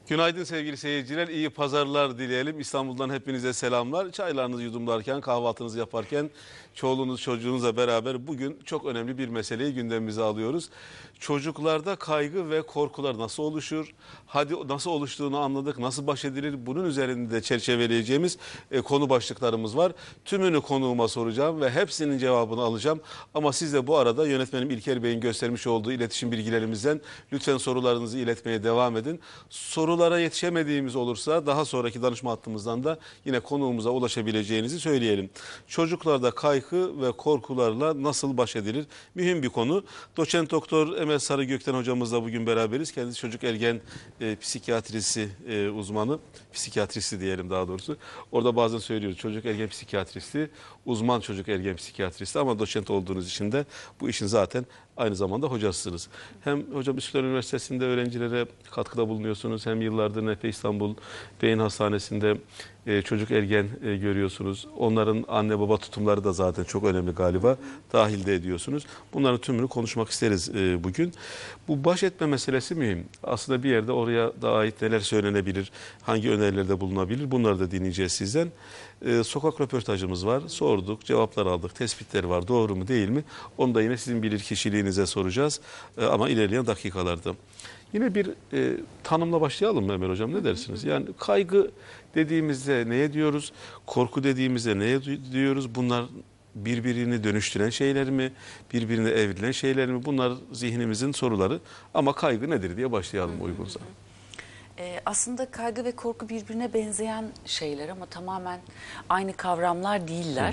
Günaydın sevgili seyirciler, iyi pazarlar dileyelim. İstanbul'dan hepinize selamlar. Çaylarınızı yudumlarken, kahvaltınızı yaparken, çoluğunuz çocuğunuzla beraber bugün çok önemli bir meseleyi gündemimize alıyoruz. Çocuklarda kaygı ve korkular nasıl oluşur? Hadi nasıl oluştuğunu anladık, nasıl baş edilir? Bunun üzerinde çerçeveleyeceğimiz konu başlıklarımız var. Tümünü konuğuma soracağım ve hepsinin cevabını alacağım. Ama siz de bu arada yönetmenim İlker Bey'in göstermiş olduğu iletişim bilgilerimizden lütfen sorularınızı iletmeye devam edin. Sorulara yetişemediğimiz olursa daha sonraki danışma hattımızdan da yine konuğumuza ulaşabileceğinizi söyleyelim. Çocuklarda kaygı ve korkularla nasıl baş edilir? Mühim bir konu. Doçent Doktor Emel Sarıgökten hocamızla bugün beraberiz. Kendisi çocuk ergen psikiyatrisi uzmanı, psikiyatristi diyelim daha doğrusu. Orada bazen söylüyoruz çocuk ergen psikiyatristi, uzman çocuk ergen psikiyatristi ama doçent olduğunuz için de bu işin zaten aynı zamanda hocasısınız. Hem hocam Üsküdar Üniversitesi'nde öğrencilere katkıda bulunuyorsunuz. Hem yıllardır Nefe İstanbul Beyin Hastanesi'nde çocuk ergen görüyorsunuz. Onların anne baba tutumları da zaten çok önemli galiba. Dahil de ediyorsunuz. Bunların tümünü konuşmak isteriz bugün. Bu baş etme meselesi mühim. Aslında bir yerde oraya da ait neler söylenebilir, hangi önerilerde bulunabilir bunları da dinleyeceğiz sizden. Sokak röportajımız var. Sorduk, cevaplar aldık, tespitler var. Doğru mu değil mi? Onu da yine sizin bilirkişiliğinize soracağız. Ama ilerleyen dakikalarda. Yine bir tanımla başlayalım mı Ömer Hocam? Ne dersiniz? Yani kaygı dediğimizde neye diyoruz? Korku dediğimizde neye diyoruz? Bunlar birbirini dönüştüren şeyler mi? Birbirine evrilen şeyler mi? Bunlar zihnimizin soruları. Ama kaygı nedir diye başlayalım uygunsa. Aslında kaygı ve korku birbirine benzeyen şeyler ama tamamen aynı kavramlar değiller.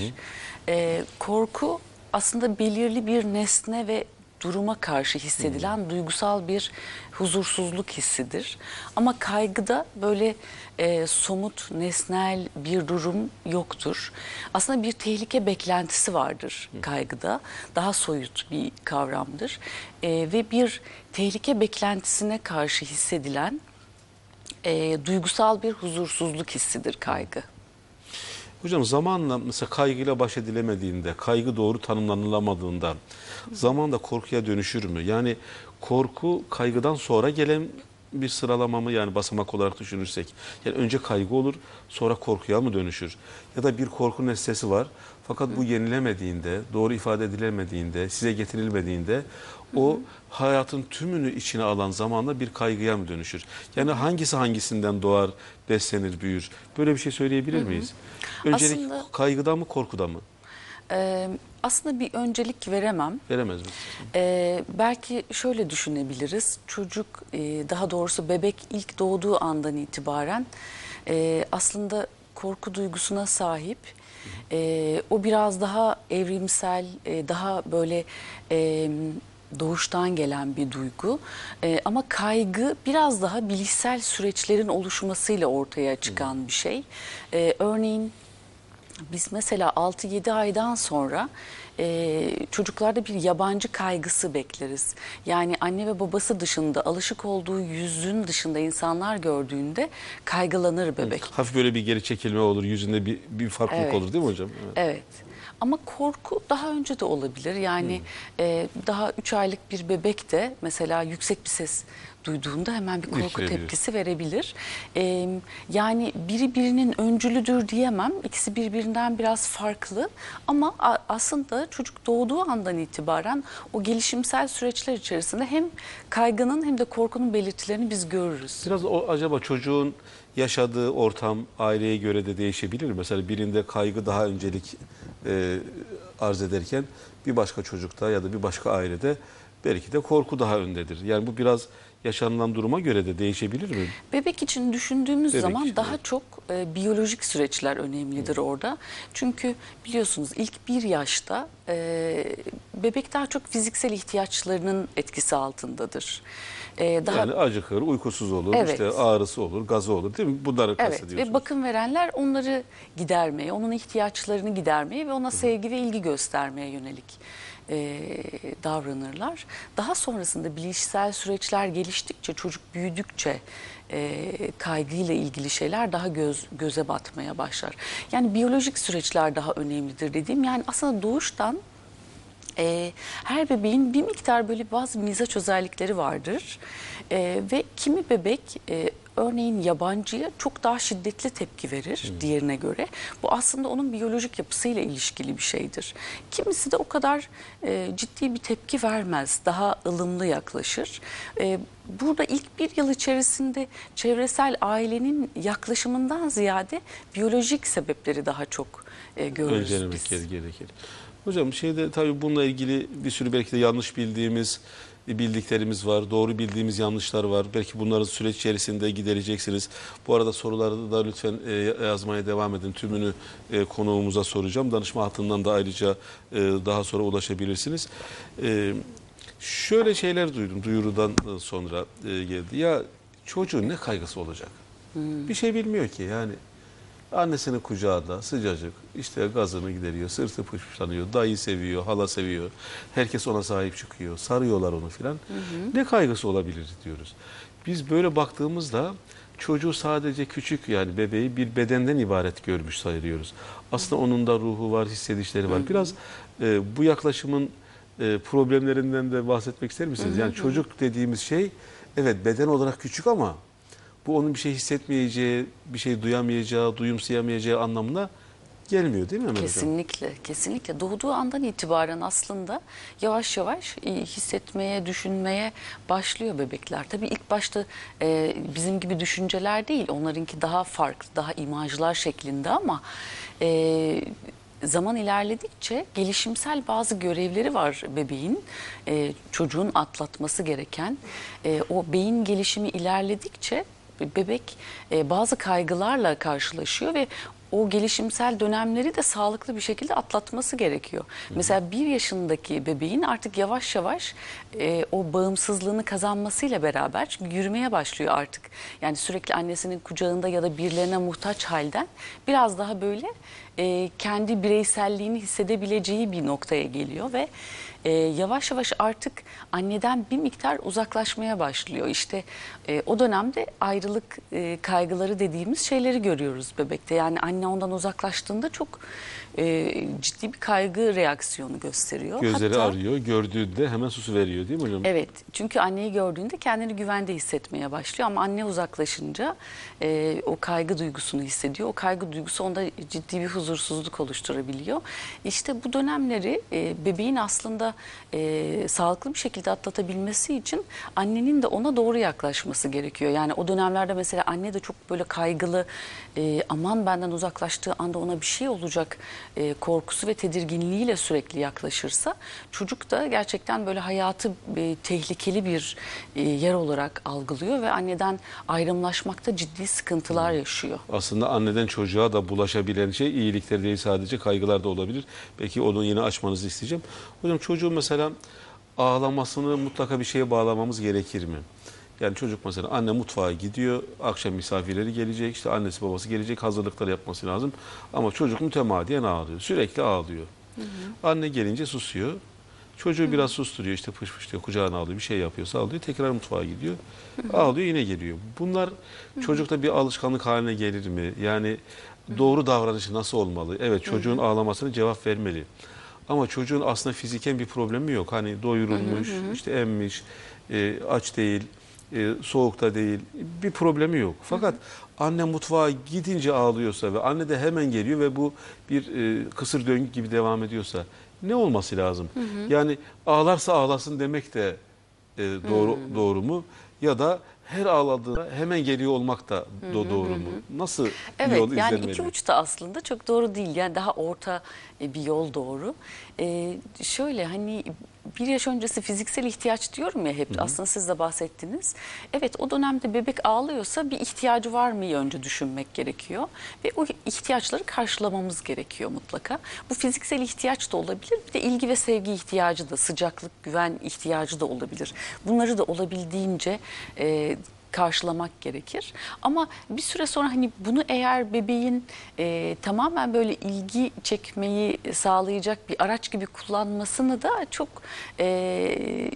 Korku aslında belirli bir nesne ve duruma karşı hissedilen duygusal bir huzursuzluk hissidir. Ama kaygıda böyle somut, nesnel bir durum yoktur. Aslında bir tehlike beklentisi vardır kaygıda. Daha soyut bir kavramdır. Ve bir tehlike beklentisine karşı hissedilen duygusal bir huzursuzluk hissidir kaygı. Hocam zamanla mesela kaygıyla baş edilemediğinde, kaygı doğru tanımlanılamadığında zamanla korkuya dönüşür mü? Yani korku kaygıdan sonra gelen bir sıralama mı, yani basamak olarak düşünürsek? Yani önce kaygı olur, sonra korkuya mı dönüşür? Ya da bir korku nesnesi var fakat bu yenilemediğinde, doğru ifade edilemediğinde, size getirilmediğinde o hayatın tümünü içine alan zamanla bir kaygıya mı dönüşür? Yani hangisi hangisinden doğar, beslenir, büyür? Böyle bir şey söyleyebilir miyiz? Öncelik Aslında, kaygıda mı, korkuda mı? aslında bir öncelik veremem. Veremez miyiz? Belki şöyle düşünebiliriz. Çocuk, daha doğrusu bebek ilk doğduğu andan itibaren aslında korku duygusuna sahip. O biraz daha evrimsel, daha böyle doğuştan gelen bir duygu. Ama kaygı biraz daha bilişsel süreçlerin oluşmasıyla ortaya çıkan bir şey. Örneğin biz mesela 6-7 aydan sonra çocuklarda bir yabancı kaygısı bekleriz. Yani anne ve babası dışında alışık olduğu yüzün dışında insanlar gördüğünde kaygılanır bebek. Evet, hafif böyle bir geri çekilme olur, yüzünde bir farklılık olur değil mi hocam? Evet. Ama korku daha önce de olabilir. Yani daha 3 aylık bir bebek de mesela yüksek bir ses duyduğunda hemen bir korku tepkisi verebilir. Yani biri birinin öncülüdür diyemem. İkisi birbirinden biraz farklı. Ama aslında çocuk doğduğu andan itibaren o gelişimsel süreçler içerisinde hem kaygının hem de korkunun belirtilerini biz görürüz. Biraz acaba çocuğun yaşadığı ortam aileye göre de değişebilir mi? Mesela birinde kaygı daha öncelik arz ederken bir başka çocukta ya da bir başka ailede belki de korku daha öndedir. Yani bu biraz yaşanılan duruma göre de değişebilir mi? Bebek için düşündüğümüz zaman için, daha evet. çok biyolojik süreçler önemlidir orada. Çünkü biliyorsunuz ilk 1 yaşta bebek daha çok fiziksel ihtiyaçlarının etkisi altındadır. Yani acıkır, uykusuz olur, Evet. işte ağrısı olur, gazı olur değil mi? Bunları Evet kastediyorsunuz. ve bakım verenler onları gidermeye, onun ihtiyaçlarını gidermeye ve ona sevgi ve ilgi göstermeye yönelik davranırlar. Daha sonrasında bilişsel süreçler geliştikçe, çocuk büyüdükçe kaygıyla ilgili şeyler daha göze batmaya başlar. Yani biyolojik süreçler daha önemlidir dediğim. Yani aslında doğuştan her bebeğin bir miktar böyle bazı mizaç özellikleri vardır. Ve kimi bebek örneğin yabancıya çok daha şiddetli tepki verir diğerine göre. Bu aslında onun biyolojik yapısıyla ilişkili bir şeydir. Kimisi de o kadar ciddi bir tepki vermez, daha ılımlı yaklaşır. Burada ilk bir yıl içerisinde çevresel ailenin yaklaşımından ziyade biyolojik sebepleri daha çok görürüz Öncelemek biz. gerekir. Hocam şeyde tabii bununla ilgili bir sürü belki de yanlış bildiklerimiz var. Doğru bildiğimiz yanlışlar var. Belki bunları süreç içerisinde gidereceksiniz. Bu arada soruları da lütfen yazmaya devam edin. Tümünü konuğumuza soracağım. Danışma hattından da ayrıca daha sonra ulaşabilirsiniz. Şöyle şeyler duydum. Duyurudan sonra geldi. Ya çocuğun ne kaygısı olacak? Bir şey bilmiyor ki yani. Annesinin kucağında sıcacık, işte gazını gideriyor, sırtı pışpışlanıyor, dayı seviyor, hala seviyor. Herkes ona sahip çıkıyor, sarıyorlar onu filan. Ne kaygısı olabilir diyoruz. Biz böyle baktığımızda çocuğu sadece küçük, yani bebeği bir bedenden ibaret görmüş sayıyoruz. Aslında onun da ruhu var, hissedişleri var. Biraz bu yaklaşımın problemlerinden de bahsetmek ister misiniz? Yani çocuk dediğimiz şey evet beden olarak küçük ama bu onun bir şey hissetmeyeceği, bir şey duyamayacağı, duyumsayamayacağı anlamına gelmiyor değil mi Emel Hocam? Kesinlikle, kesinlikle. Doğduğu andan itibaren aslında yavaş yavaş hissetmeye, düşünmeye başlıyor bebekler. Tabii ilk başta bizim gibi düşünceler değil, onlarınki daha farklı, daha imajlar şeklinde ama zaman ilerledikçe gelişimsel bazı görevleri var bebeğin, çocuğun atlatması gereken. O beyin gelişimi ilerledikçe bebek bazı kaygılarla karşılaşıyor ve o gelişimsel dönemleri de sağlıklı bir şekilde atlatması gerekiyor. Mesela 1 yaşındaki bebeğin artık yavaş yavaş o bağımsızlığını kazanmasıyla beraber, çünkü yürümeye başlıyor artık. Yani sürekli annesinin kucağında ya da birilerine muhtaç halden biraz daha böyle kendi bireyselliğini hissedebileceği bir noktaya geliyor ve yavaş yavaş artık anneden bir miktar uzaklaşmaya başlıyor. İşte o dönemde ayrılık kaygıları dediğimiz şeyleri görüyoruz bebekte. Yani anne ondan uzaklaştığında çok ciddi bir kaygı reaksiyonu gösteriyor. Gözleri Hatta, arıyor, gördüğünde hemen susu veriyor değil mi hocam? evet, çünkü anneyi gördüğünde kendini güvende hissetmeye başlıyor ama anne uzaklaşınca o kaygı duygusunu hissediyor. O kaygı duygusu onda ciddi bir huzursuzluk oluşturabiliyor. İşte bu dönemleri bebeğin aslında sağlıklı bir şekilde atlatabilmesi için annenin de ona doğru yaklaşması gerekiyor. Yani o dönemlerde mesela anne de çok böyle kaygılı, aman benden uzaklaştığı anda ona bir şey olacak korkusu ve tedirginliğiyle sürekli yaklaşırsa çocuk da gerçekten böyle hayatı tehlikeli bir yer olarak algılıyor ve anneden ayrımlaşmakta ciddi sıkıntılar yaşıyor. Aslında anneden çocuğa da bulaşabilen şey iyilikler değil, sadece kaygılar da olabilir. Belki onu yine açmanızı isteyeceğim. Hocam çocuğun mesela ağlamasını mutlaka bir şeye bağlamamız gerekir mi? Yani çocuk mesela anne mutfağa gidiyor, akşam misafirleri gelecek, işte annesi babası gelecek, hazırlıklar yapması lazım. Ama çocuk mütemadiyen ağlıyor, sürekli ağlıyor. Anne gelince susuyor. Çocuğu biraz susturuyor, işte pış pış diyor, kucağına alıyor, bir şey yapıyorsa alıyor, tekrar mutfağa gidiyor. Ağlıyor, yine geliyor. Bunlar çocukta bir alışkanlık haline gelir mi? Yani doğru davranışı nasıl olmalı? Evet, çocuğun ağlamasına cevap vermeli. Ama çocuğun aslında fiziken bir problemi yok. Hani doyurulmuş, işte emmiş, aç değil, soğukta değil, bir problemi yok. Fakat anne mutfağa gidince ağlıyorsa ve anne de hemen geliyor ve bu bir kısır döngü gibi devam ediyorsa ne olması lazım? Yani ağlarsa ağlasın demek de doğru mu? Ya da her ağladığında hemen geliyor olmak da doğru mu? Nasıl bir Evet, yol yani izlenmeli? iki uç da aslında çok doğru değil. Yani daha orta bir yol doğru. Şöyle hani 1 yaş öncesi fiziksel ihtiyaç diyorum ya hep, aslında siz de bahsettiniz. Evet, o dönemde bebek ağlıyorsa bir ihtiyacı var mı önce düşünmek gerekiyor. Ve o ihtiyaçları karşılamamız gerekiyor mutlaka. Bu fiziksel ihtiyaç da olabilir. Bir de ilgi ve sevgi ihtiyacı da, sıcaklık, güven ihtiyacı da olabilir. Bunları da olabildiğince karşılamak gerekir. Ama bir süre sonra hani bunu eğer bebeğin tamamen böyle ilgi çekmeyi sağlayacak bir araç gibi kullanmasını da çok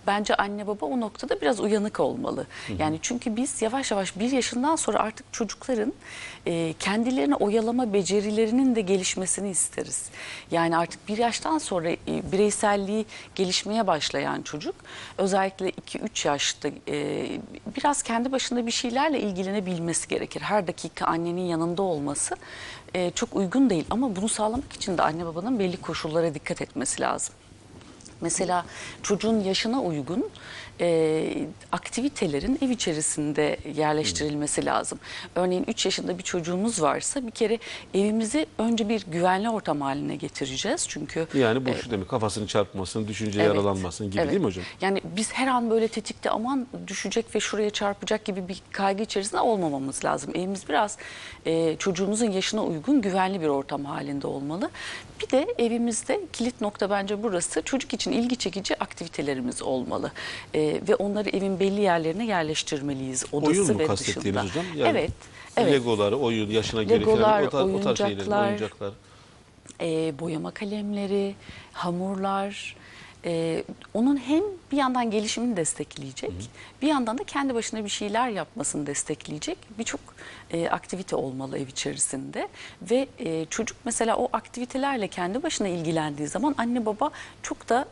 bence anne baba o noktada biraz uyanık olmalı. Yani çünkü biz yavaş yavaş 1 yaşından sonra artık çocukların kendilerini oyalama becerilerinin de gelişmesini isteriz. Yani artık 1 yaştan sonra bireyselliği gelişmeye başlayan çocuk özellikle 2-3 yaşta biraz kendi başına bir şeylerle ilgilenebilmesi gerekir. Her dakika annenin yanında olması çok uygun değil ama bunu sağlamak için de anne babanın belli koşullara dikkat etmesi lazım. Mesela çocuğun yaşına uygun aktivitelerin ev içerisinde yerleştirilmesi lazım. Örneğin 3 yaşında bir çocuğumuz varsa bir kere evimizi önce bir güvenli ortam haline getireceğiz. Çünkü Yani bu şu demek, kafasını çarpmasın, düşünce evet, yaralanmasın gibi değil mi hocam? Yani biz her an böyle tetikte aman düşecek ve şuraya çarpacak gibi bir kaygı içerisinde olmamamız lazım. Evimiz biraz çocuğumuzun yaşına uygun güvenli bir ortam halinde olmalı. Bir de evimizde kilit nokta bence burası, çocuk için ilgi çekici aktivitelerimiz olmalı. Ve onları evin belli yerlerine yerleştirmeliyiz. Odası Oyun mu ve kastettiğiniz dışında. hocam? Yani Evet. Evet. Legolar, oyun, yaşına göre Legolar, falan o tarz şeyler, oyuncaklar, oyuncaklar. Boyama kalemleri, hamurlar, onun hem bir yandan gelişimini destekleyecek, bir yandan da kendi başına bir şeyler yapmasını destekleyecek birçok aktivite olmalı ev içerisinde. Ve çocuk mesela o aktivitelerle kendi başına ilgilendiği zaman anne baba çok da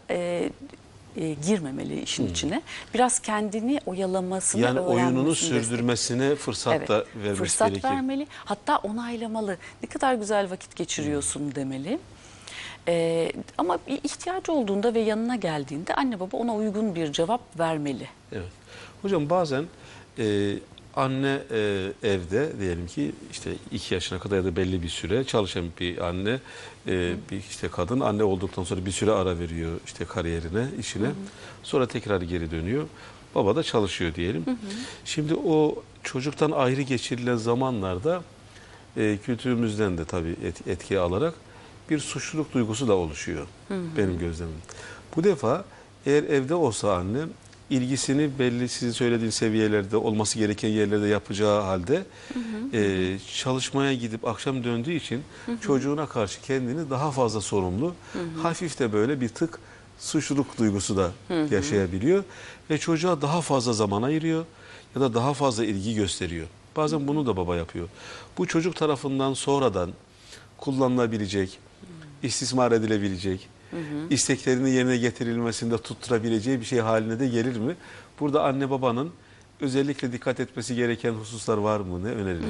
girmemeli işin içine. Biraz kendini oyalamasını Yani oyununu öğrenmesini sürdürmesine fırsat da vermesi fırsat gerekir. vermeli. Hatta onaylamalı. Ne kadar güzel vakit geçiriyorsun demeli. Ama bir ihtiyacı olduğunda ve yanına geldiğinde anne baba ona uygun bir cevap vermeli. Evet. Hocam bazen anne evde diyelim ki işte 2 yaşına kadar ya da belli bir süre çalışan bir anne, bir işte kadın anne olduktan sonra bir süre ara veriyor işte kariyerine, işine. Sonra tekrar geri dönüyor. Baba da çalışıyor diyelim. Şimdi o çocuktan ayrı geçirilen zamanlarda kültürümüzden de tabii etki alarak bir suçluluk duygusu da oluşuyor benim gözlemim. Bu defa eğer evde olsa annem ilgisini belli sizin söylediğiniz seviyelerde olması gereken yerlerde yapacağı halde çalışmaya gidip akşam döndüğü için çocuğuna karşı kendini daha fazla sorumlu, hafif de böyle bir tık suçluluk duygusu da yaşayabiliyor ve çocuğa daha fazla zaman ayırıyor ya da daha fazla ilgi gösteriyor. Bazen bunu da baba yapıyor. Bu çocuk tarafından sonradan kullanılabilecek, istismar edilebilecek, isteklerini yerine getirilmesinde tutturabileceği bir şey haline de gelir mi? Burada anne babanın özellikle dikkat etmesi gereken hususlar var mı? Ne önerilir?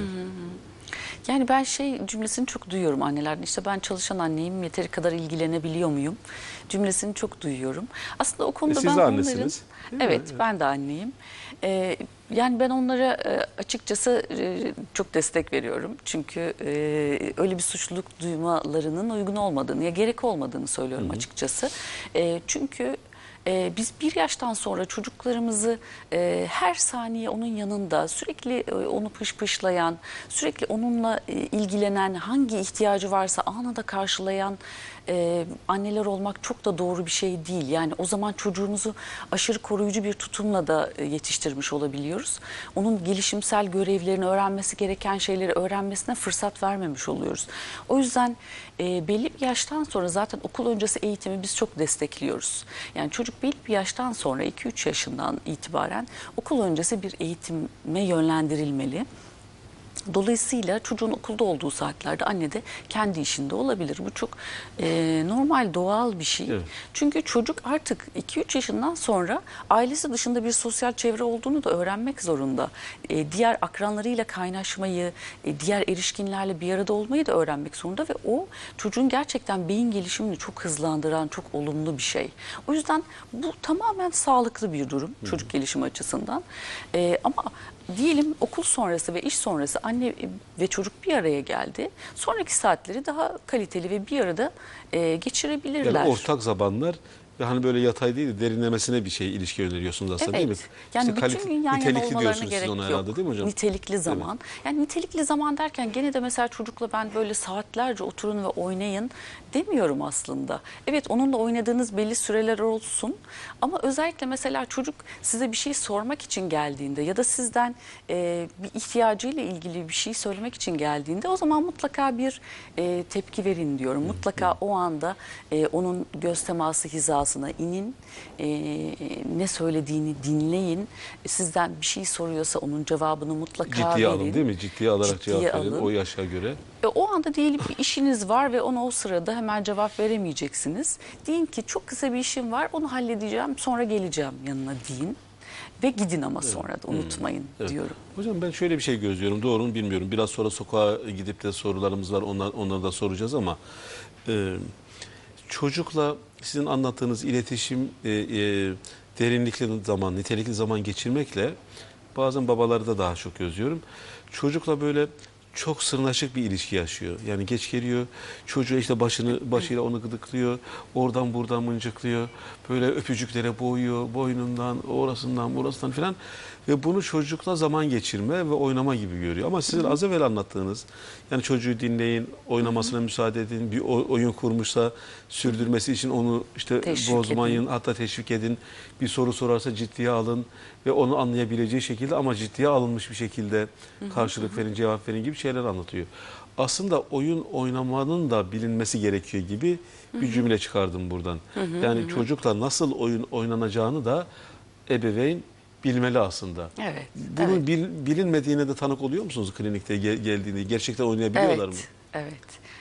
Yani ben şey cümlesini çok duyuyorum annelerden. İşte ben çalışan anneyim, yeteri kadar ilgilenebiliyor muyum? Cümlesini çok duyuyorum. Aslında o konuda Siz ben de onların... annesiniz, değil mi? Evet, ben de anneyim. Yani ben onlara açıkçası çok destek veriyorum. Çünkü öyle bir suçluluk duymalarının uygun olmadığını ya gerek olmadığını söylüyorum açıkçası. Çünkü biz 1 yaştan sonra çocuklarımızı her saniye onun yanında sürekli onu pışpışlayan, sürekli onunla ilgilenen, hangi ihtiyacı varsa anında karşılayan anneler olmak çok da doğru bir şey değil. Yani o zaman çocuğumuzu aşırı koruyucu bir tutumla da yetiştirmiş olabiliyoruz. Onun gelişimsel görevlerini, öğrenmesi gereken şeyleri öğrenmesine fırsat vermemiş oluyoruz. O yüzden belli bir yaştan sonra zaten okul öncesi eğitimi biz çok destekliyoruz. Yani çocuk belli bir yaştan sonra 2-3 yaşından itibaren okul öncesi bir eğitime yönlendirilmeli. Dolayısıyla çocuğun okulda olduğu saatlerde anne de kendi işinde olabilir. Bu çok normal, doğal bir şey. Evet. Çünkü çocuk artık 2-3 yaşından sonra ailesi dışında bir sosyal çevre olduğunu da öğrenmek zorunda. Diğer akranlarıyla kaynaşmayı, diğer erişkinlerle bir arada olmayı da öğrenmek zorunda ve o çocuğun gerçekten beyin gelişimini çok hızlandıran, çok olumlu bir şey. O yüzden bu tamamen sağlıklı bir durum çocuk gelişimi açısından. Ama diyelim okul sonrası ve iş sonrası anne ve çocuk bir araya geldi. Sonraki saatleri daha kaliteli ve bir arada geçirebilirler. Yani ortak zamanlar ve hani böyle yatay değil de derinlemesine bir şey ilişki öneriyorsunuz aslında değil mi? Yani İşte bütün gün yan yana nitelikli olmalarına diyorsunuz siz gerek ona yok. herhalde değil mi hocam? Nitelikli zaman. Yani nitelikli zaman derken gene de mesela çocukla ben böyle saatlerce oturun ve oynayın demiyorum aslında. Evet, onunla oynadığınız belli süreler olsun ama özellikle mesela çocuk size bir şey sormak için geldiğinde ya da sizden bir ihtiyacıyla ilgili bir şey söylemek için geldiğinde o zaman mutlaka bir tepki verin diyorum. Mutlaka o anda onun göz teması hizası temasına inin, ne söylediğini dinleyin. Sizden bir şey soruyorsa onun cevabını mutlaka Ciddiye verin. alın değil mi? Ciddiye alarak Ciddiye cevap verin alın. o yaşa göre. O anda diyelim bir işiniz var ve ona o sırada hemen cevap veremeyeceksiniz. Deyin ki çok kısa bir işim var, onu halledeceğim, sonra geleceğim yanına deyin. Ve gidin ama sonra da unutmayın diyorum. Hocam ben şöyle bir şey gözlüyorum. Doğru mu bilmiyorum. Biraz sonra sokağa gidip de sorularımız var. Onları da soracağız ama çocukla sizin anlattığınız iletişim derinlikli zaman, nitelikli zaman geçirmekle bazen babaları da daha çok gözlüyorum. Çocukla böyle çok sırnaşık bir ilişki yaşıyor. Yani geç geliyor, çocuğa işte başıyla onu gıdıklıyor, oradan buradan mıncıklıyor, böyle öpücüklere boğuyor, boynundan, orasından, burasından filan. Ve bunu çocukla zaman geçirme ve oynama gibi görüyor. Ama sizin az evvel anlattığınız, yani çocuğu dinleyin, oynamasına müsaade edin, bir oyun kurmuşsa sürdürmesi için onu işte Teşvik bozmayın, edin. hatta teşvik edin. Bir soru sorarsa ciddiye alın ve onu anlayabileceği şekilde ama ciddiye alınmış bir şekilde karşılık verin, cevap verin gibi şeyler anlatıyor. Aslında oyun oynamanın da bilinmesi gerekiyor gibi bir cümle çıkardım buradan. Yani çocukla nasıl oyun oynanacağını da ebeveyn bilmeli aslında. Evet. Bunun bilinmediğine de tanık oluyor musunuz klinikte geldiğinde? Gerçekten oynayabiliyorlar mı? Evet.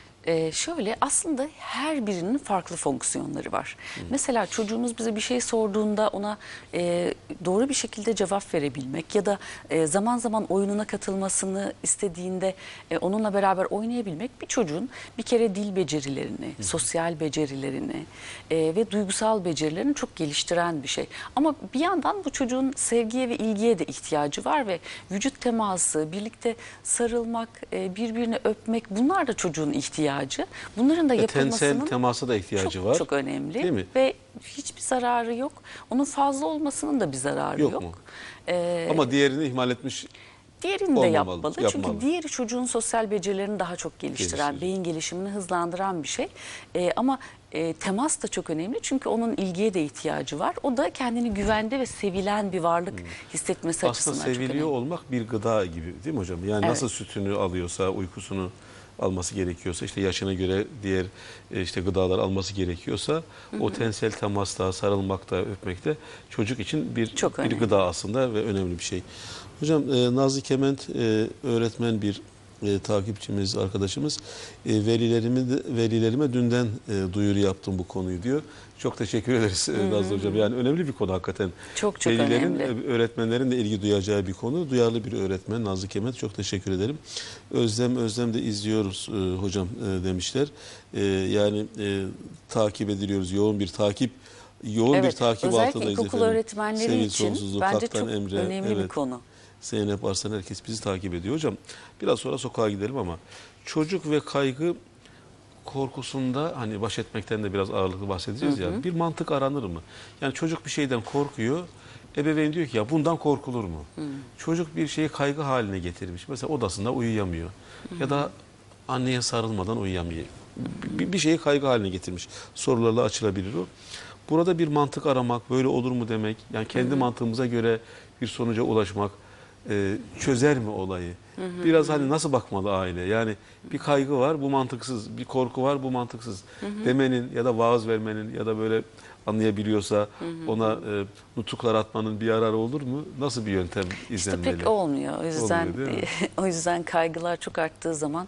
Şöyle aslında her birinin farklı fonksiyonları var. Mesela çocuğumuz bize bir şey sorduğunda ona doğru bir şekilde cevap verebilmek ya da zaman zaman oyununa katılmasını istediğinde onunla beraber oynayabilmek bir çocuğun bir kere dil becerilerini, sosyal becerilerini ve duygusal becerilerini çok geliştiren bir şey. Ama bir yandan bu çocuğun sevgiye ve ilgiye de ihtiyacı var ve vücut teması, birlikte sarılmak, birbirini öpmek bunlar da çocuğun ihtiyacı. Bunların da yapılmasının Tensel temasa da ihtiyacı var. çok önemli. Değil mi? Ve hiçbir zararı yok. Onun fazla olmasının da bir zararı Yok yok. mu? Ama diğerini ihmal etmiş. Diğerini de Olmamalı, yapmalı. yapmalı. Çünkü diğeri çocuğun sosyal becerilerini daha çok geliştiren, Geliştirir. beyin gelişimini hızlandıran bir şey. Ama temas da çok önemli çünkü onun ilgiye de ihtiyacı var. O da kendini güvende ve sevilen bir varlık hissetmesi Aslında açısından çok seviliyor önemli. olmak bir gıda gibi değil mi hocam? Yani Evet. nasıl sütünü alıyorsa, uykusunu alması gerekiyorsa, işte yaşına göre diğer işte gıdalar alması gerekiyorsa o tensel temasta, sarılmakta, öpmekte çocuk için Çok bir önemli. gıda aslında ve önemli bir şey. Hocam Nazlı Kement öğretmen bir takipçimiz, arkadaşımız. Velilerime dünden duyuru yaptım bu konuyu diyor. Çok teşekkür ederiz Nazlı Hocam. Yani önemli bir konu hakikaten. Çok Velilerin, önemli. öğretmenlerin de ilgi duyacağı bir konu. Duyarlı bir öğretmen Nazlı Kement. Çok teşekkür ederim. Özlem de izliyoruz hocam demişler. Yani takip ediliyoruz. Yoğun bir takip Evet, altındayız özellikle efendim. ilkokul öğretmenleri Sevil için Sonsuzluk, bence Haktan çok Emre, önemli bir evet. konu. Zeynep Arslan, herkes bizi takip ediyor. Hocam biraz sonra sokağa gidelim ama çocuk ve kaygı korkusunda hani baş etmekten de biraz ağırlıklı bahsedeceğiz ya. Bir mantık aranır mı? Yani çocuk bir şeyden korkuyor. Ebeveyn diyor ki ya bundan korkulur mu? Çocuk bir şeyi kaygı haline getirmiş. Mesela odasında uyuyamıyor. Ya da anneye sarılmadan uyuyamıyor. Bir şeyi kaygı haline getirmiş. Sorularla açılabilir o. Burada bir mantık aramak, böyle olur mu demek, yani kendi mantığımıza göre bir sonuca ulaşmak çözer mi olayı? Biraz hani nasıl bakmalı aile? Yani bir kaygı var, bu mantıksız, bir korku var, bu mantıksız demenin ya da vaaz vermenin ya da böyle anlayabiliyorsa ona nutuklar atmanın bir yararı olur mu? Nasıl bir yöntem İşte izlenmeli? pek olmuyor. O yüzden Olmuyor, değil mi? o yüzden kaygılar çok arttığı zaman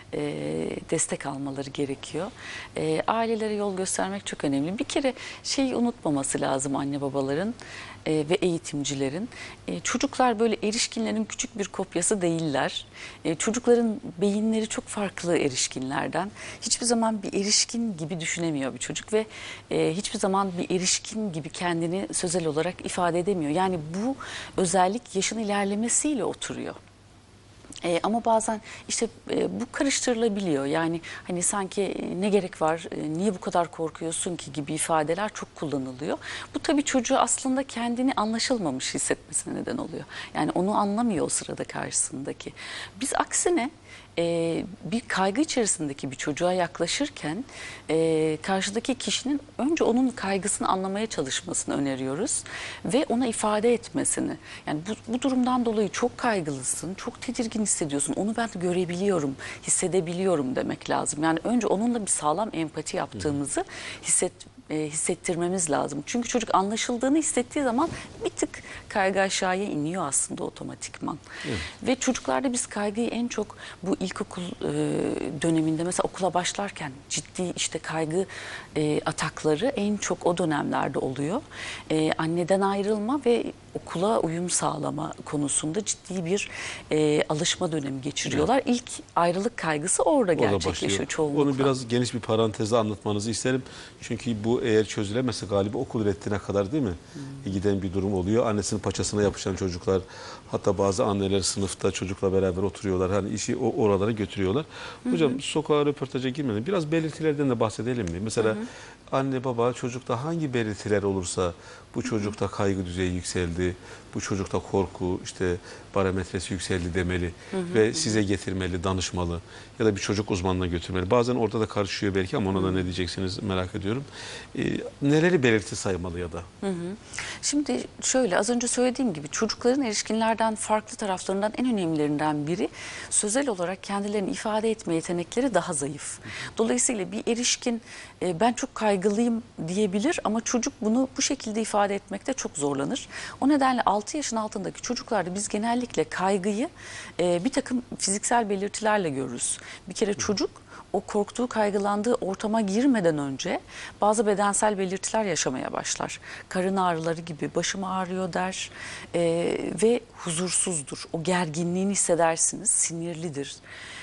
destek almaları gerekiyor. Ailelere yol göstermek çok önemli. Bir kere şeyi unutmaması lazım anne babaların ve eğitimcilerin. Çocuklar böyle erişkinlerin küçük bir kopyası değiller. Çocukların beyinleri çok farklı erişkinlerden. Hiçbir zaman bir erişkin gibi düşünemiyor bir çocuk ve hiçbir zaman bir erişkin gibi kendini sözel olarak ifade edemiyor. Yani bu özellik yaşın ilerlemesiyle oturuyor. Ama bazen işte bu karıştırılabiliyor. Yani hani sanki ne gerek var, niye bu kadar korkuyorsun ki gibi ifadeler çok kullanılıyor. Bu tabii çocuğu aslında kendini anlaşılmamış hissetmesine neden oluyor. Yani onu anlamıyor o sırada karşısındaki. Biz aksine bir kaygı içerisindeki bir çocuğa yaklaşırken karşıdaki kişinin önce onun kaygısını anlamaya çalışmasını öneriyoruz ve ona ifade etmesini. Yani bu durumdan dolayı çok kaygılısın, çok tedirgin hissediyorsun. Onu ben görebiliyorum, hissedebiliyorum demek lazım. Yani önce onunla bir sağlam empati yaptığımızı hissettirmemiz lazım. Çünkü çocuk anlaşıldığını hissettiği zaman bir tık kaygı aşağıya iniyor aslında otomatikman. Evet. Ve çocuklarda biz kaygıyı en çok bu ilkokul döneminde, mesela okula başlarken ciddi işte kaygı atakları en çok o dönemlerde oluyor. Anneden ayrılma ve okula uyum sağlama konusunda ciddi bir alışma dönemi geçiriyorlar. Evet. İlk ayrılık kaygısı orada gerçekleşiyor çoğunlukla. Onu biraz geniş bir parantezde anlatmanızı isterim. Çünkü bu eğer çözülemezse galiba okul reddine kadar, değil mi? Giden bir durum oluyor. Annesinin paçasına yapışan çocuklar, hatta bazı anneler sınıfta çocukla beraber oturuyorlar. Hani işi oralara götürüyorlar. Hocam, sokağa röportaja girmeden biraz belirtilerden de bahsedelim mi? Mesela anne baba çocukta hangi belirtiler olursa bu çocukta kaygı düzeyi yükseldi, bu çocukta korku, işte barometresi yükseldi demeli ve size getirmeli, danışmalı ya da bir çocuk uzmanına götürmeli. Bazen orada da karışıyor belki ama ona da ne diyeceksiniz merak ediyorum. Neleri belirti saymalı ya da? Şimdi şöyle, az önce söylediğim gibi çocukların erişkinlerden farklı taraflarından en önemlilerinden biri sözel olarak kendilerini ifade etme yetenekleri daha zayıf. Dolayısıyla bir erişkin ben çok kaygılıyım diyebilir ama çocuk bunu bu şekilde ifade etmekte çok zorlanır. O nedenle 6 yaşın altındaki çocuklarda biz genellikle kaygıyı bir takım fiziksel belirtilerle görürüz. Bir kere çocuk o korktuğu, kaygılandığı ortama girmeden önce bazı bedensel belirtiler yaşamaya başlar. Karın ağrıları gibi, başım ağrıyor der ve huzursuzdur. O gerginliğini hissedersiniz, sinirlidir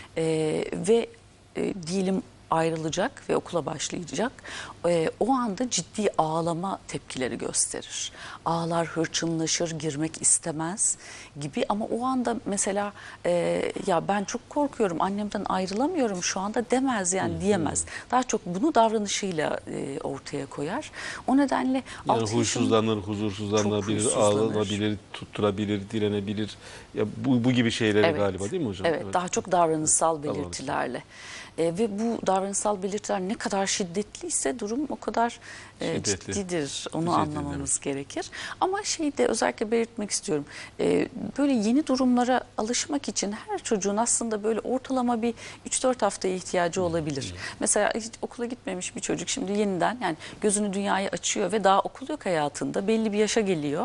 ve diyelim ayrılacak ve okula başlayacak. O anda ciddi ağlama tepkileri gösterir. Ağlar, hırçınlaşır, girmek istemez gibi ama o anda mesela ya ben çok korkuyorum, annemden ayrılamıyorum şu anda demez, yani diyemez. Daha çok bunu davranışıyla ortaya koyar. O nedenle yani huysuzlanır, huzursuzlanabilir, ağlanabilir, tutturabilir, direnebilir. Ya bu gibi şeyleri galiba, değil mi hocam? Evet, daha çok davranışsal belirtilerle. Ve bu davranışsal belirtiler ne kadar şiddetliyse durum o kadar ciddidir. Onu anlamamız gerekir. Ama şeyi de özellikle belirtmek istiyorum. Böyle yeni durumlara alışmak için her çocuğun aslında böyle ortalama bir 3-4 haftaya ihtiyacı olabilir. Mesela hiç okula gitmemiş bir çocuk şimdi yeniden, yani gözünü dünyaya açıyor ve daha okul yok hayatında. Belli bir yaşa geliyor.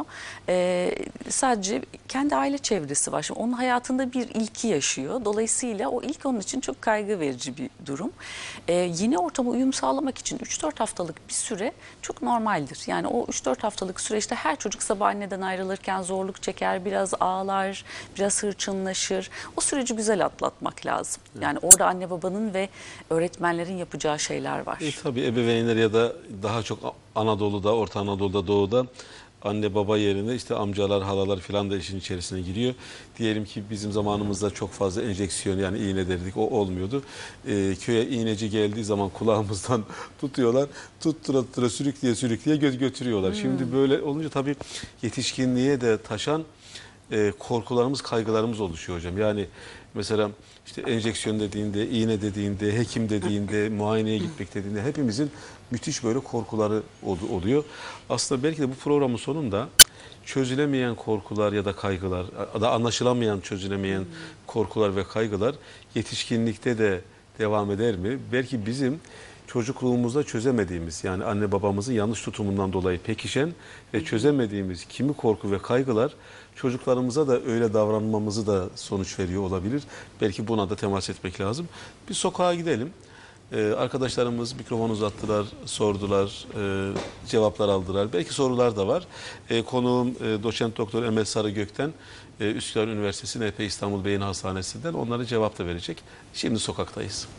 Sadece kendi aile çevresi var. Şimdi onun hayatında bir ilki yaşıyor. Dolayısıyla o ilk onun için çok kaygı verici bir durum. Yeni ortama uyum sağlamak için 3-4 haftalık bir süre çok normaldir. Yani o 3-4 haftalık süreçte her çocuk sabah anneden ayrılırken zorluk çeker, biraz ağlar, biraz hırçınlaşır. O süreci güzel atlatmak lazım. Yani orada anne babanın ve öğretmenlerin yapacağı şeyler var. Tabii ebeveynler ya da daha çok Anadolu'da, Orta Anadolu'da, Doğu'da anne baba yerine işte amcalar, halalar falan da işin içerisine giriyor. Diyelim ki bizim zamanımızda çok fazla enjeksiyon, yani iğne derdik, o olmuyordu. Köye iğneci geldiği zaman kulağımızdan tutuyorlar. Tuttura sürükleye götürüyorlar. Şimdi böyle olunca tabii yetişkinliğe de taşan korkularımız, kaygılarımız oluşuyor hocam. Yani mesela işte enjeksiyon dediğinde, iğne dediğinde, hekim dediğinde, muayeneye gitmek dediğinde hepimizin müthiş böyle korkuları oluyor. Aslında belki de bu programın sonunda çözülemeyen korkular ya da kaygılar, da anlaşılamayan, çözülemeyen korkular ve kaygılar yetişkinlikte de devam eder mi? Belki bizim çocukluğumuzda çözemediğimiz, yani anne babamızın yanlış tutumundan dolayı pekişen ve çözemediğimiz kimi korku ve kaygılar çocuklarımıza da öyle davranmamızı da sonuç veriyor olabilir. Belki buna da temas etmek lazım. Bir sokağa gidelim. Arkadaşlarımız mikrofon uzattılar, sordular, cevaplar aldılar. Belki sorular da var. Konuğum doçent doktor Emel Sarıgök'ten, Üsküdar Üniversitesi NP İstanbul Beyin Hastanesi'nden, onlara cevap da verecek. Şimdi sokaktayız.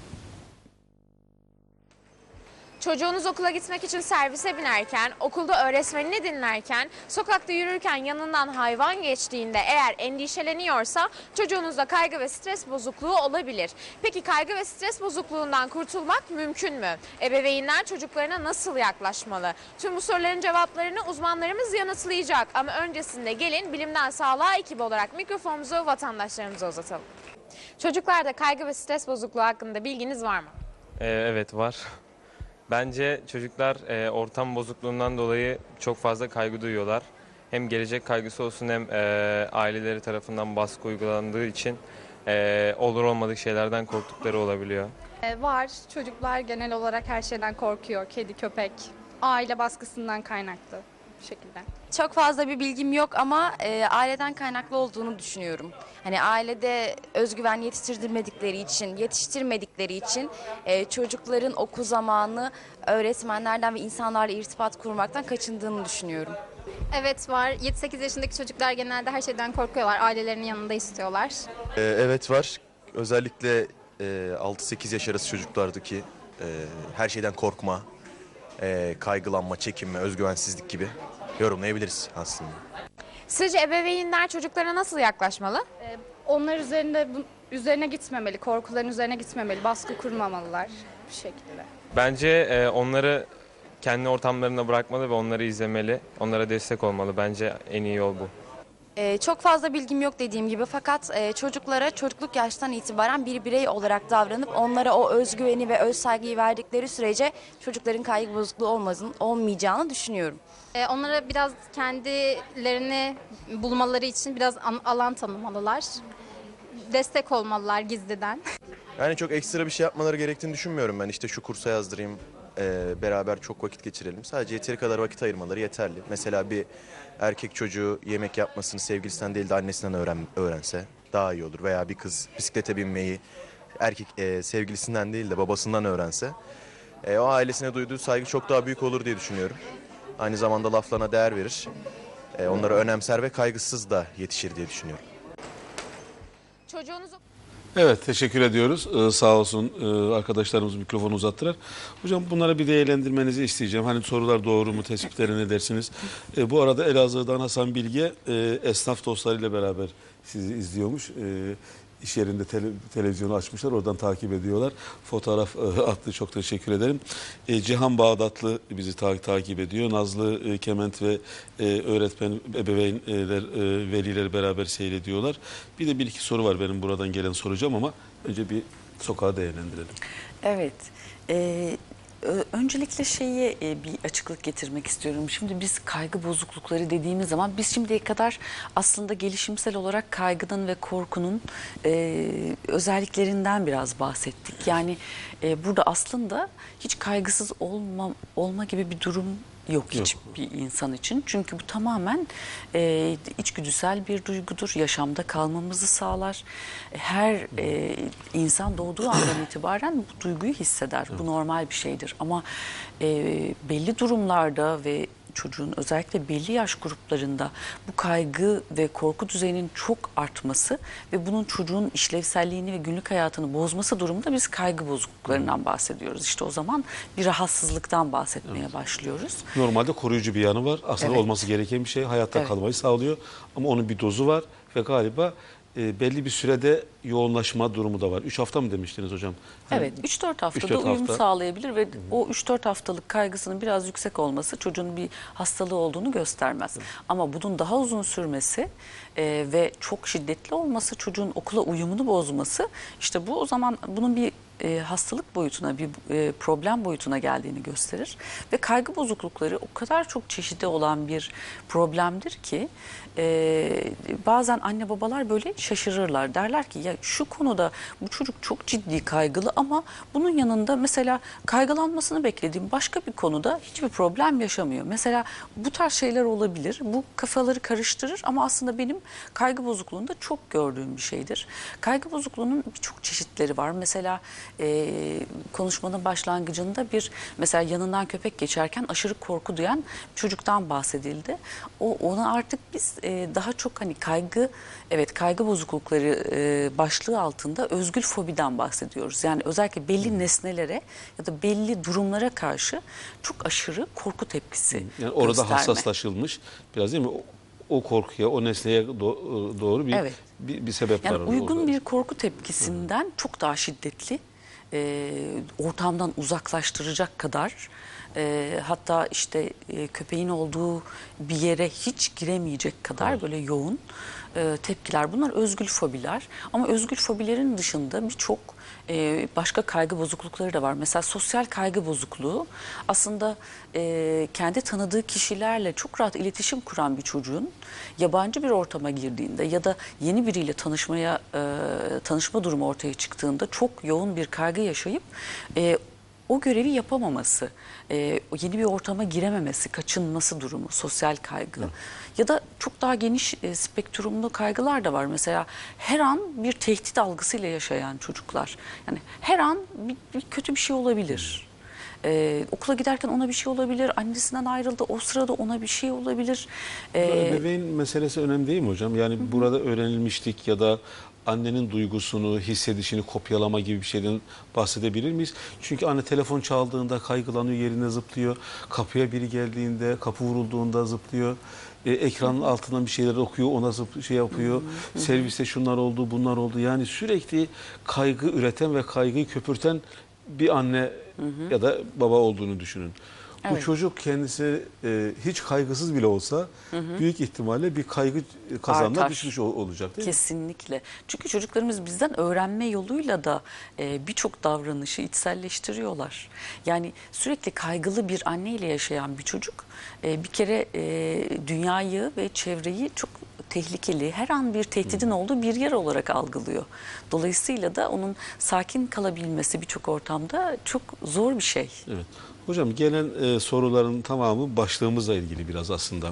Çocuğunuz okula gitmek için servise binerken, okulda öğretmenini dinlerken, sokakta yürürken yanından hayvan geçtiğinde eğer endişeleniyorsa çocuğunuzda kaygı ve stres bozukluğu olabilir. Peki kaygı ve stres bozukluğundan kurtulmak mümkün mü? Ebeveynler çocuklarına nasıl yaklaşmalı? Tüm bu soruların cevaplarını uzmanlarımız yanıtlayacak. Ama öncesinde gelin Bilimden Sağlığa ekibi olarak mikrofonumuzu vatandaşlarımıza uzatalım. Çocuklarda kaygı ve stres bozukluğu hakkında bilginiz var mı? Evet, var. Bence çocuklar ortam bozukluğundan dolayı çok fazla kaygı duyuyorlar. Hem gelecek kaygısı olsun hem aileleri tarafından baskı uygulandığı için olur olmadık şeylerden korktukları olabiliyor. Var. Çocuklar genel olarak her şeyden korkuyor. Kedi, köpek, Aile baskısından kaynaklı bir şekilde. Çok fazla bir bilgim yok ama aileden kaynaklı olduğunu düşünüyorum. Hani ailede özgüven yetiştirmedikleri için çocukların okul zamanı öğretmenlerden ve insanlarla irtibat kurmaktan kaçındığını düşünüyorum. Evet var. 7-8 yaşındaki çocuklar genelde her şeyden korkuyorlar. Ailelerinin yanında istiyorlar. Evet var. Özellikle 6-8 yaş arası çocuklardaki her şeyden korkma, kaygılanma, çekinme, özgüvensizlik gibi yorumlayabiliriz aslında. Sizce ebeveynler çocuklara nasıl yaklaşmalı? Onlar üzerine gitmemeli, korkuların üzerine gitmemeli, baskı kurmamalılar bir şekilde. Bence onları kendi ortamlarına bırakmalı ve onları izlemeli. Onlara destek olmalı. Bence en iyi yol bu. Çok fazla bilgim yok dediğim gibi fakat çocuklara çocukluk yaştan itibaren bir birey olarak davranıp onlara o özgüveni ve öz saygıyı verdikleri sürece çocukların kaygı bozukluğu olmayacağını düşünüyorum. Onlara biraz kendilerini bulmaları için biraz alan tanımalılar. Destek olmalılar gizliden. Yani çok ekstra bir şey yapmaları gerektiğini düşünmüyorum ben. İşte şu kursa yazdırayım, beraber çok vakit geçirelim. Sadece yeteri kadar vakit ayırmaları yeterli. Mesela bir erkek çocuğu yemek yapmasını sevgilisinden değil de annesinden öğrense daha iyi olur. Veya bir kız bisiklete binmeyi sevgilisinden değil de babasından öğrense o ailesine duyduğu saygı çok daha büyük olur diye düşünüyorum. Aynı zamanda laflarına değer verir, onları önemser ve kaygısız da yetişir diye düşünüyorum. Çocuğunuz Evet, teşekkür ediyoruz. Sağ olsun arkadaşlarımız mikrofonu uzattılar. Hocam bunlara bir değerlendirmenizi isteyeceğim. Hani sorular doğru mu, tespitleri ne dersiniz? Bu arada Elazığ'dan Hasan Bilge esnaf dostlarıyla beraber sizi izliyormuş. İş yerinde televizyonu açmışlar, oradan takip ediyorlar. Fotoğraf attı, çok teşekkür ederim. Cihan Bağdatlı bizi takip ediyor. Nazlı Kement ve öğretmen, ebeveynler, veliler beraber seyrediyorlar. Bir iki soru var benim buradan gelen soracağım ama önce bir sokağa değerlendirelim. Evet. Öncelikle bir açıklık getirmek istiyorum. Şimdi biz kaygı bozuklukları dediğimiz zaman biz şimdiye kadar aslında gelişimsel olarak kaygının ve korkunun özelliklerinden biraz bahsettik. Yani burada aslında hiç kaygısız olma gibi bir durum yok hiçbir insan için. Çünkü bu tamamen içgüdüsel bir duygudur. Yaşamda kalmamızı sağlar. Her insan doğduğu andan itibaren bu duyguyu hisseder. Bu normal bir şeydir. Ama belli durumlarda ve çocuğun özellikle belli yaş gruplarında bu kaygı ve korku düzeyinin çok artması ve bunun çocuğun işlevselliğini ve günlük hayatını bozması durumunda biz kaygı bozukluklarından bahsediyoruz. İşte o zaman bir rahatsızlıktan bahsetmeye başlıyoruz. Normalde koruyucu bir yanı var. Aslında olması gereken bir şey. Hayatta kalmayı sağlıyor. Ama onun bir dozu var ve galiba belli bir sürede yoğunlaşma durumu da var. 3 hafta mı demiştiniz hocam? Evet, 3-4 haftada uyum sağlayabilir ve o 3-4 haftalık kaygısının biraz yüksek olması çocuğun bir hastalığı olduğunu göstermez. Ama bunun daha uzun sürmesi ve çok şiddetli olması, çocuğun okula uyumunu bozması, işte bu o zaman bunun bir hastalık boyutuna, bir problem boyutuna geldiğini gösterir. Ve kaygı bozuklukları o kadar çok çeşidi olan bir problemdir ki bazen anne babalar böyle şaşırırlar. Derler ki ya şu konuda bu çocuk çok ciddi kaygılı ama bunun yanında mesela kaygılanmasını beklediğim başka bir konuda hiçbir problem yaşamıyor. Mesela bu tarz şeyler olabilir. Bu kafaları karıştırır ama aslında benim kaygı bozukluğunda çok gördüğüm bir şeydir. Kaygı bozukluğunun birçok çeşitleri var. Mesela konuşmanın başlangıcında mesela yanından köpek geçerken aşırı korku duyan çocuktan bahsedildi. Ona artık biz daha çok hani kaygı bozuklukları başlığı altında özgül fobiden bahsediyoruz. Yani özellikle belli nesnelere ya da belli durumlara karşı çok aşırı korku tepkisi yani orada gösterme. hassaslaşılmış biraz değil mi? O korkuya, o nesneye doğru bir sebep yani var. Uygun orada. bir korku tepkisinden çok daha şiddetli, ortamdan uzaklaştıracak kadar, hatta işte köpeğin olduğu bir yere hiç giremeyecek kadar böyle yoğun tepkiler. Bunlar özgül fobiler. Ama özgül fobilerin dışında birçok başka kaygı bozuklukları da var. Mesela sosyal kaygı bozukluğu aslında kendi tanıdığı kişilerle çok rahat iletişim kuran bir çocuğun yabancı bir ortama girdiğinde ya da yeni biriyle tanışma durumu ortaya çıktığında çok yoğun bir kaygı yaşayıp o görevi yapamaması, yeni bir ortama girememesi, kaçınması durumu, sosyal kaygı ya da çok daha geniş spektrumlu kaygılar da var. Mesela her an bir tehdit algısıyla yaşayan çocuklar. Yani her an bir kötü bir şey olabilir. Okula giderken ona bir şey olabilir, annesinden ayrıldı, o sırada ona bir şey olabilir. Ebeveyn meselesi önemli değil mi hocam? Yani burada öğrenilmişlik ya da annenin duygusunu, hissedişini kopyalama gibi bir şeyden bahsedebilir miyiz? Çünkü anne telefon çaldığında kaygılanıyor, yerine zıplıyor. Kapıya biri geldiğinde, kapı vurulduğunda zıplıyor. Ekranın altından bir şeyler okuyor, ona şey yapıyor. Serviste şunlar oldu, bunlar oldu. Yani sürekli kaygı üreten ve kaygıyı köpürten bir anne ya da baba olduğunu düşünün. Bu Evet. çocuk kendisi hiç kaygısız bile olsa büyük ihtimalle bir kaygı kazanına Artar. düşmüş olacak değil mi? Kesinlikle. Çünkü çocuklarımız bizden öğrenme yoluyla da birçok davranışı içselleştiriyorlar. Yani sürekli kaygılı bir anneyle yaşayan bir çocuk bir kere dünyayı ve çevreyi çok tehlikeli, her an bir tehdidin olduğu bir yer olarak algılıyor. Dolayısıyla da onun sakin kalabilmesi birçok ortamda çok zor bir şey. Evet. Hocam gelen soruların tamamı başlığımızla ilgili biraz aslında.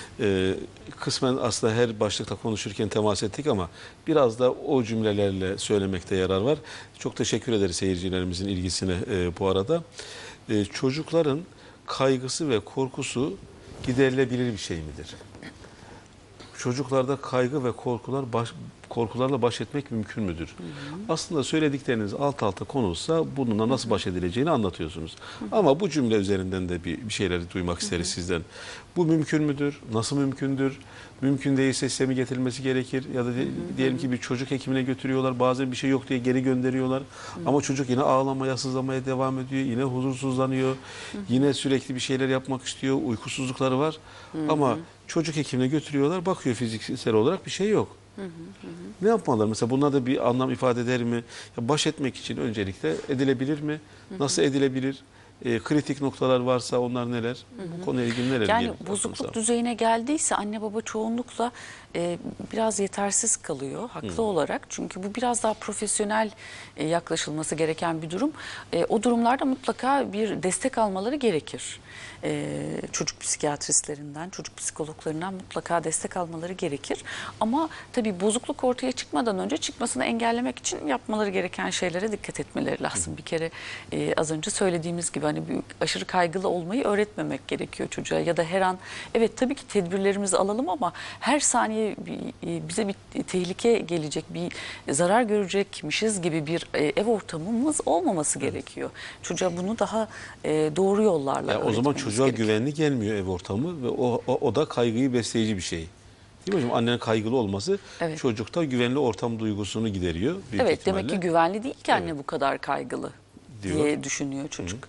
Kısmen aslında her başlıkta konuşurken temas ettik ama biraz da o cümlelerle söylemekte yarar var. Çok teşekkür ederiz seyircilerimizin ilgisine bu arada. Çocukların kaygısı ve korkusu giderilebilir bir şey midir? Çocuklarda kaygı ve korkularla baş etmek mümkün müdür? Aslında söyledikleriniz alt alta konulsa bununla nasıl baş edileceğini anlatıyorsunuz. Ama bu cümle üzerinden de bir şeyleri duymak isteriz sizden. Bu mümkün müdür? Nasıl mümkündür? Mümkün değilse size mi getirilmesi gerekir? Ya da diyelim ki bir çocuk hekimine götürüyorlar. Bazen bir şey yok diye geri gönderiyorlar. Ama çocuk yine ağlamaya, sızlamaya devam ediyor. Yine huzursuzlanıyor. Yine sürekli bir şeyler yapmak istiyor. Uykusuzlukları var. Ama çocuk hekimine götürüyorlar. Bakıyor fiziksel olarak bir şey yok. Ne yapmalılar? Mesela bunlar da bir anlam ifade eder mi? Ya baş etmek için öncelikle edilebilir mi? Nasıl edilebilir? Kritik noktalar varsa onlar neler? Bu konuyla ilgili neler Yani diyelim? bozukluk düzeyine geldiyse anne baba çoğunlukla biraz yetersiz kalıyor haklı olarak. Çünkü bu biraz daha profesyonel yaklaşılması gereken bir durum. O durumlarda mutlaka bir destek almaları gerekir. Çocuk psikiyatristlerinden, çocuk psikologlarından mutlaka destek almaları gerekir. Ama tabii bozukluk ortaya çıkmadan önce çıkmasını engellemek için yapmaları gereken şeylere dikkat etmeleri lazım. Bir kere az önce söylediğimiz gibi hani aşırı kaygılı olmayı öğretmemek gerekiyor çocuğa. Ya da her an evet tabii ki tedbirlerimizi alalım ama her saniye bize bir tehlike gelecek, bir zarar görecekmişiz gibi bir ev ortamımız olmaması gerekiyor. Çocuğa bunu daha doğru yollarla Ya o zaman öğretmemiz çocuğa gerekiyor. güvenli gelmiyor ev ortamı ve o da kaygıyı besleyici bir şey. Değil mi hocam? Annenin kaygılı olması Evet. çocukta güvenli ortam duygusunu gideriyor. Büyük Evet ihtimalle. demek ki güvenli değil ki anne bu kadar kaygılı Diyor. diye düşünüyor çocuk.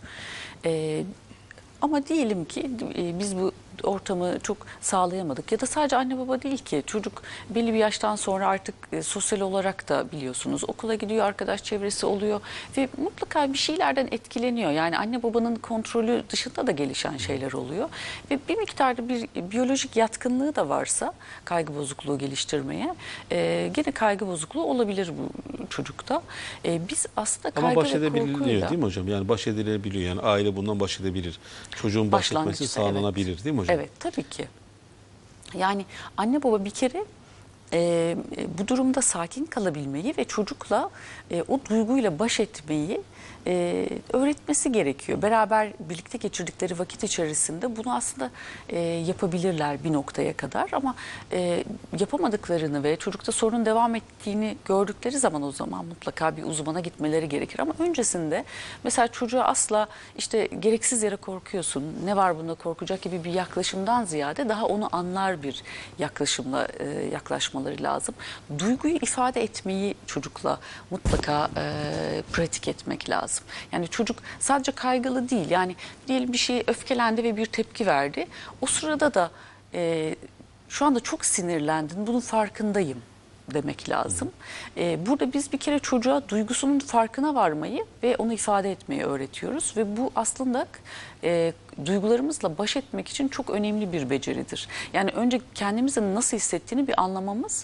Ama diyelim ki biz bu ortamı çok sağlayamadık ya da sadece anne baba değil ki çocuk belli bir yaştan sonra artık sosyal olarak da biliyorsunuz okula gidiyor, arkadaş çevresi oluyor ve mutlaka bir şeylerden etkileniyor. Yani anne babanın kontrolü dışında da gelişen şeyler oluyor ve bir miktarda bir biyolojik yatkınlığı da varsa kaygı bozukluğu geliştirmeye gene kaygı bozukluğu olabilir bu çocukta. Biz aslında Ama kaygı baş ve edebiliyor korkuyla değil mi hocam? Yani baş edilebiliyor. Yani aile bundan baş edebilir. Çocuğun baş etmesi başlangıçta, sağlanabilir değil mi hocam? Evet tabii ki. Yani anne baba bir kere bu durumda sakin kalabilmeyi ve çocukla o duyguyla baş etmeyi öğretmesi gerekiyor. Beraber birlikte geçirdikleri vakit içerisinde bunu aslında yapabilirler bir noktaya kadar ama yapamadıklarını ve çocukta sorun devam ettiğini gördükleri zaman o zaman mutlaka bir uzmana gitmeleri gerekir. Ama öncesinde mesela çocuğa asla işte gereksiz yere korkuyorsun, ne var bunda korkacak gibi bir yaklaşımdan ziyade daha onu anlar bir yaklaşımla yaklaşmaları lazım. Duyguyu ifade etmeyi çocukla mutlaka pratik etmek lazım. Yani çocuk sadece kaygılı değil. Yani diyelim bir şeye öfkelendi ve bir tepki verdi. O sırada da şu anda çok sinirlendin, bunun farkındayım demek lazım. Burada biz bir kere çocuğa duygusunun farkına varmayı ve onu ifade etmeyi öğretiyoruz. Ve bu aslında duygularımızla baş etmek için çok önemli bir beceridir. Yani önce kendimizin nasıl hissettiğini bir anlamamız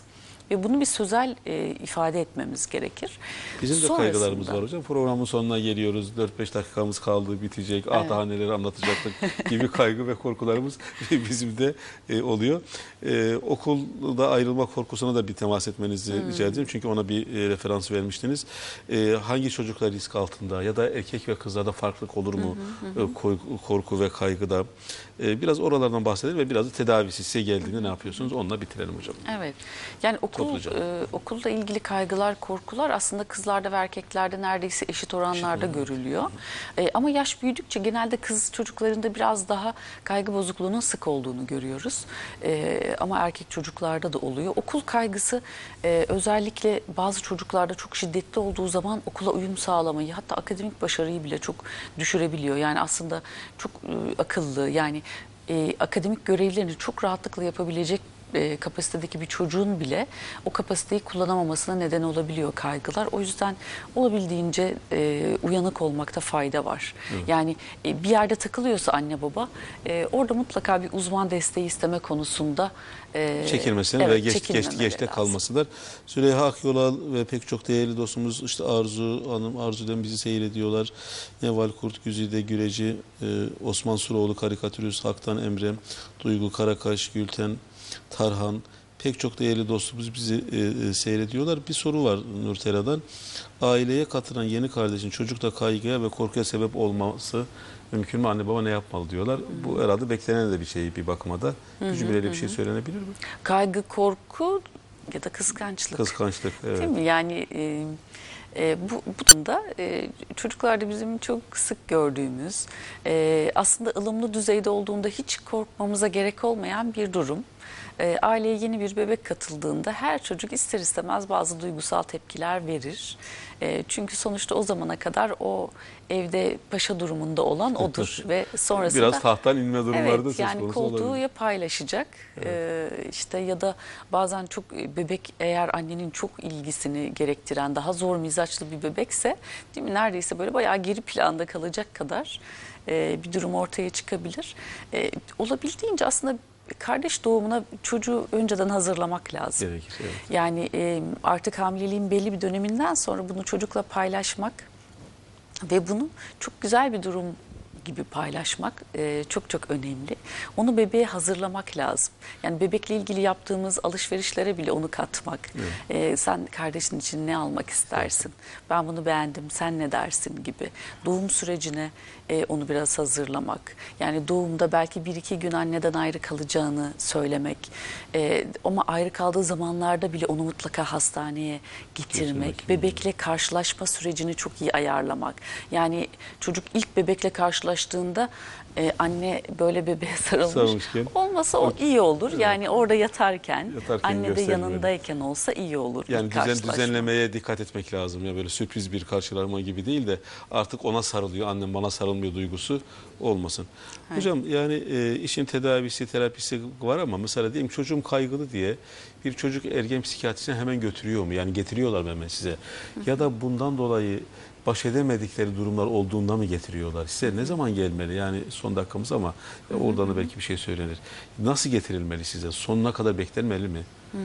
ve bunu bir sözel ifade etmemiz gerekir. Bizim de kaygılarımız var hocam. Programın sonuna geliyoruz. 4-5 dakikamız kaldı, bitecek. Ah daha neleri anlatacaktık gibi kaygı ve korkularımız bizim de oluyor. Okulda ayrılma korkusuna da bir temas etmenizi rica edeceğim. Çünkü ona bir referans vermiştiniz. Hangi çocuklar risk altında ya da erkek ve kızlarda farklılık olur mu? Korku ve kaygıda. Biraz oralardan bahsedelim ve biraz da tedavisi size geldiğinde ne yapıyorsunuz? Onunla bitirelim hocam. Evet. Yani okulla ilgili kaygılar, korkular aslında kızlarda ve erkeklerde neredeyse eşit oranlarda görülüyor. Ama yaş büyüdükçe genelde kız çocuklarında biraz daha kaygı bozukluğunun sık olduğunu görüyoruz. Ama erkek çocuklarda da oluyor. Okul kaygısı özellikle bazı çocuklarda çok şiddetli olduğu zaman okula uyum sağlamayı, hatta akademik başarıyı bile çok düşürebiliyor. Yani aslında çok akıllı, yani akademik görevlerini çok rahatlıkla yapabilecek kapasitedeki bir çocuğun bile o kapasiteyi kullanamamasına neden olabiliyor kaygılar. O yüzden olabildiğince uyanık olmakta fayda var. Yani bir yerde takılıyorsa anne baba orada mutlaka bir uzman desteği isteme konusunda çekilmesini ve geçte kalmasıdır. Süleyha Akyolal ve pek çok değerli dostumuz, işte Arzu Hanım, Arzu'dan bizi seyrediyorlar. Neval Kurt, Güzide Güreci, Osman Suroğlu karikatürist, Haktan Emre, Duygu Karakaş, Gülten Tarhan, pek çok değerli dostumuz bizi seyrediyorlar. Bir soru var Nurtera'dan. Aileye katılan yeni kardeşin çocukta kaygıya ve korkuya sebep olması mümkün mü? Anne baba ne yapmalı diyorlar. Bu herhalde beklenen de bir şey bir bakıma da. Bir cümleyle bir şey söylenebilir mi? Kaygı, korku ya da kıskançlık. Kıskançlık, evet. Değil mi? Yani bu da çocuklarda bizim çok sık gördüğümüz, aslında ılımlı düzeyde olduğunda hiç korkmamıza gerek olmayan bir durum. Aileye yeni bir bebek katıldığında her çocuk ister istemez bazı duygusal tepkiler verir. Çünkü sonuçta o zamana kadar o evde paşa durumunda olan odur ve sonrasında biraz tahttan inme durumları da söz yani konusu koltuğu olabilir. ya paylaşacak işte ya da bazen çok bebek eğer annenin çok ilgisini gerektiren daha zor mizaçlı bir bebekse, değil mi, neredeyse böyle bayağı geri planda kalacak kadar bir durum ortaya çıkabilir. Olabildiğince aslında kardeş doğumuna çocuğu önceden hazırlamak lazım. Gerekir, evet. Yani artık hamileliğin belli bir döneminden sonra bunu çocukla paylaşmak ve bunu çok güzel bir durum gibi paylaşmak çok çok önemli. Onu bebeğe hazırlamak lazım. Yani bebekle ilgili yaptığımız alışverişlere bile onu katmak. Sen kardeşin için ne almak istersin? Ben bunu beğendim, sen ne dersin gibi. Doğum sürecine onu biraz hazırlamak. Yani doğumda belki 1-2 gün anneden ayrı kalacağını söylemek. Ama ayrı kaldığı zamanlarda bile onu mutlaka hastaneye getirmek. Bebekle karşılaşma sürecini çok iyi ayarlamak. Yani çocuk ilk bebekle karşılaştığında anne böyle bebeğe sarılmış olmasa o iyi olur. Evet. Yani orada yatarken anne de yanındayken olsa iyi olur. Yani düzenlemeye dikkat etmek lazım. Ya böyle sürpriz bir karşılaşma gibi değil de artık ona sarılıyor, annem bana sarılmıyor duygusu olmasın. Evet. Hocam yani işin tedavisi, terapisi var ama mesela diyelim çocuğum kaygılı diye bir çocuk ergen psikiyatrisine hemen götürüyor mu? Yani getiriyorlar mı hemen size? Ya da bundan dolayı baş edemedikleri durumlar olduğunda mı getiriyorlar? Size ne zaman gelmeli? Yani son dakikamız ama oradan da belki bir şey söylenir. Nasıl getirilmeli size? Sonuna kadar beklenmeli mi?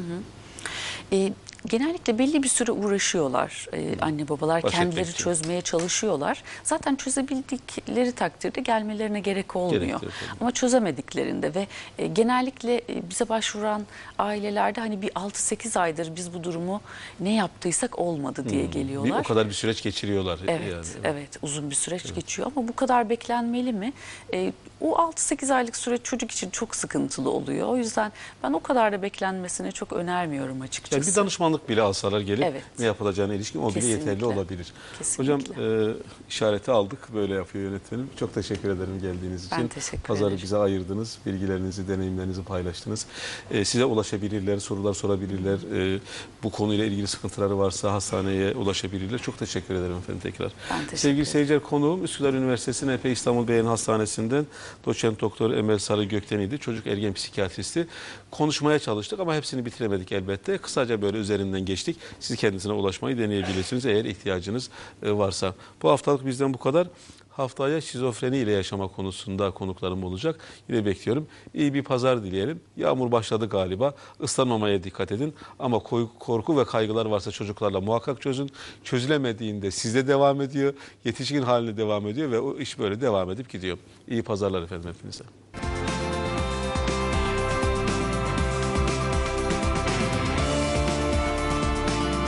Genellikle belli bir süre uğraşıyorlar anne babalar, kendileri çözmeye çalışıyorlar. Zaten çözebildikleri takdirde gelmelerine gerek olmuyor. Ama çözemediklerinde ve genellikle bize başvuran ailelerde hani bir 6-8 aydır biz bu durumu ne yaptıysak olmadı diye geliyorlar. O kadar bir süreç geçiriyorlar. Evet, yani. Evet, uzun bir süreç geçiyor ama bu kadar beklenmeli mi? O 6-8 aylık süreç çocuk için çok sıkıntılı oluyor. O yüzden ben o kadar da beklenmesini çok önermiyorum açıkçası. Yani bir danışmanlık bile alsalar gelip ne yapılacağına ilişkin o bile yeterli olabilir. Kesinlikle. Hocam işareti aldık. Böyle yapıyor yönetmenim. Çok teşekkür ederim geldiğiniz için. Ben teşekkür Pazarı ederim. bize ayırdınız. Bilgilerinizi, deneyimlerinizi paylaştınız. Size ulaşabilirler, sorular sorabilirler. Bu konuyla ilgili sıkıntıları varsa hastaneye ulaşabilirler. Çok teşekkür ederim efendim tekrar. Sevgili seyirciler, konuğum Üsküdar Üniversitesi NP İstanbul Beyin Hastanesi'nden doçent doktor Emel Sarı Gökten'iydi. Çocuk ergen psikiyatristi. Konuşmaya çalıştık ama hepsini bitiremedik elbette. Kısaca böyle üzerinden geçtik. Siz kendisine ulaşmayı deneyebilirsiniz eğer ihtiyacınız varsa. Bu haftalık bizden bu kadar. Haftaya şizofreni ile yaşama konusunda konuklarım olacak. Yine bekliyorum. İyi bir pazar dileyelim. Yağmur başladı galiba. Islanmamaya dikkat edin. Ama korku ve kaygılar varsa çocuklarla muhakkak çözün. Çözülemediğinde sizde devam ediyor. Yetişkin haline devam ediyor ve o iş böyle devam edip gidiyor. İyi pazarlar efendim hepinize.